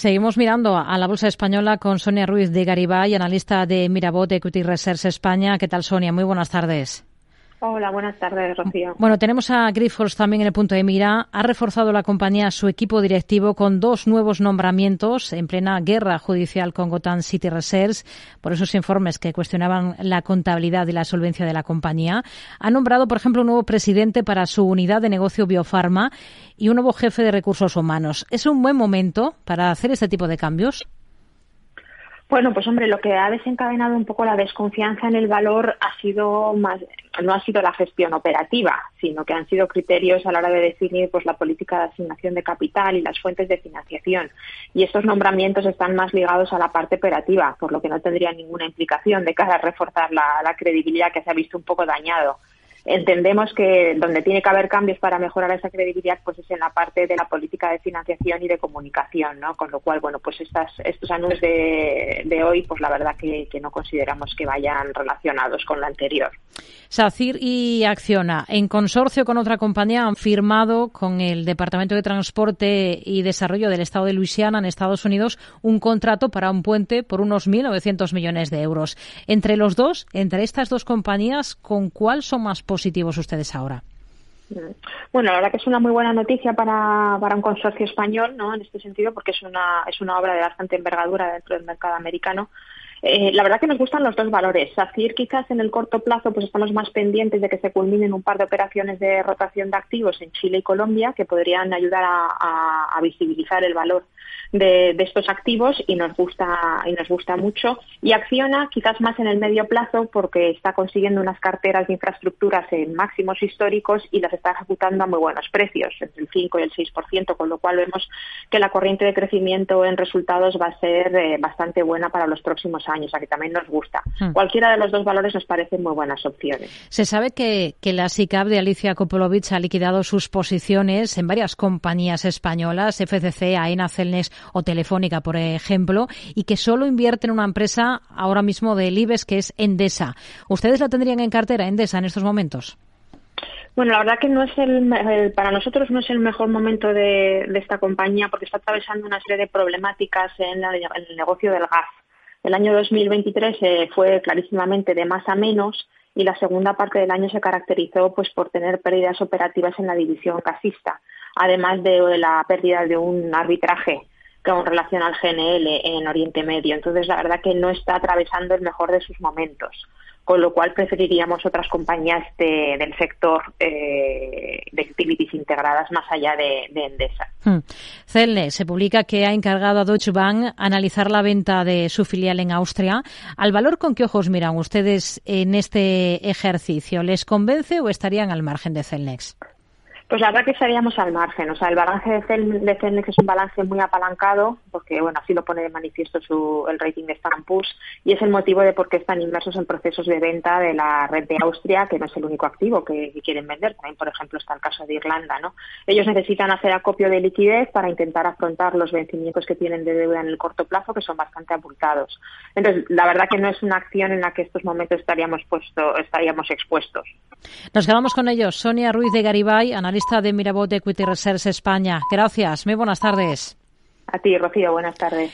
Seguimos mirando a la bolsa española con Sonia Ruiz de Garibay, analista de Mirabaud Equity Research España. ¿Qué tal, Sonia? Muy buenas tardes. Hola, buenas tardes, Rocío. Bueno, tenemos a Grifols también en el punto de mira. Ha reforzado la compañía su equipo directivo con 2 nuevos nombramientos en plena guerra judicial con Gotham City Research por esos informes que cuestionaban la contabilidad y la solvencia de la compañía. Ha nombrado, por ejemplo, un nuevo presidente para su unidad de negocio Biofarma y un nuevo jefe de recursos humanos. ¿Es un buen momento para hacer este tipo de cambios? Bueno, pues hombre, lo que ha desencadenado un poco la desconfianza en el valor no ha sido la gestión operativa, sino que han sido criterios a la hora de definir pues la política de asignación de capital y las fuentes de financiación. Y estos nombramientos están más ligados a la parte operativa, por lo que no tendría ninguna implicación de cara a reforzar la credibilidad que se ha visto un poco dañado. Entendemos que donde tiene que haber cambios para mejorar esa credibilidad pues es en la parte de la política de financiación y de comunicación, ¿no? Con lo cual, bueno, pues estos anuncios de hoy, pues la verdad que no consideramos que vayan relacionados con lo anterior. SACIR y Acciona, en consorcio con otra compañía, han firmado con el Departamento de Transporte y Desarrollo del Estado de Luisiana, en Estados Unidos, un contrato para un puente por unos 1.900 millones de euros. Entre estas dos compañías, ¿con cuál son más positivos ustedes ahora? Bueno, la verdad que es una muy buena noticia para un consorcio español, ¿no? En este sentido, porque es una obra de bastante envergadura dentro del mercado americano. La verdad que nos gustan los dos valores. SACIR quizás en el corto plazo pues estamos más pendientes de que se culminen un par de operaciones de rotación de activos en Chile y Colombia que podrían ayudar a visibilizar el valor de estos activos y nos gusta mucho. Y Acciona quizás más en el medio plazo porque está consiguiendo unas carteras de infraestructuras en máximos históricos y las está ejecutando a muy buenos precios, entre el 5 y el 6%, con lo cual vemos que la corriente de crecimiento en resultados va a ser bastante buena para los próximos años, a que también nos gusta. Cualquiera de los dos valores nos parecen muy buenas opciones. Se sabe que la SICAV de Alicia Koplovich ha liquidado sus posiciones en varias compañías españolas, FCC, AENA, Celnex o Telefónica, por ejemplo, y que solo invierte en una empresa ahora mismo del IBEX, que es Endesa. ¿Ustedes la tendrían en cartera, Endesa, en estos momentos? Bueno, la verdad que no es para nosotros no es el mejor momento de esta compañía porque está atravesando una serie de problemáticas en el negocio del gas. El año 2023 fue clarísimamente de más a menos y la segunda parte del año se caracterizó pues por tener pérdidas operativas en la división gasista, además de la pérdida de un arbitraje con relación al GNL en Oriente Medio. Entonces, la verdad que no está atravesando el mejor de sus momentos, con lo cual preferiríamos otras compañías del sector de activities integradas más allá de Endesa. Celnex se publica que ha encargado a Deutsche Bank analizar la venta de su filial en Austria. ¿Al valor con qué ojos miran ustedes en este ejercicio? ¿Les convence o estarían al margen de Celnex? Pues la verdad que estaríamos al margen. O sea, el balance de Celnex es un balance muy apalancado, porque bueno, así lo pone de manifiesto el rating de Standard & Poor's, y es el motivo de por qué están inmersos en procesos de venta de la red de Austria, que no es el único activo que quieren vender. También, por ejemplo, está el caso de Irlanda, ¿no? Ellos necesitan hacer acopio de liquidez para intentar afrontar los vencimientos que tienen de deuda en el corto plazo, que son bastante abultados. Entonces, la verdad que no es una acción en la que en estos momentos estaríamos expuestos. Nos quedamos con ellos. Sonia Ruiz de Garibay, analista de Mirabaud Equity Research España. Gracias. Muy buenas tardes. A ti, Rocío. Buenas tardes.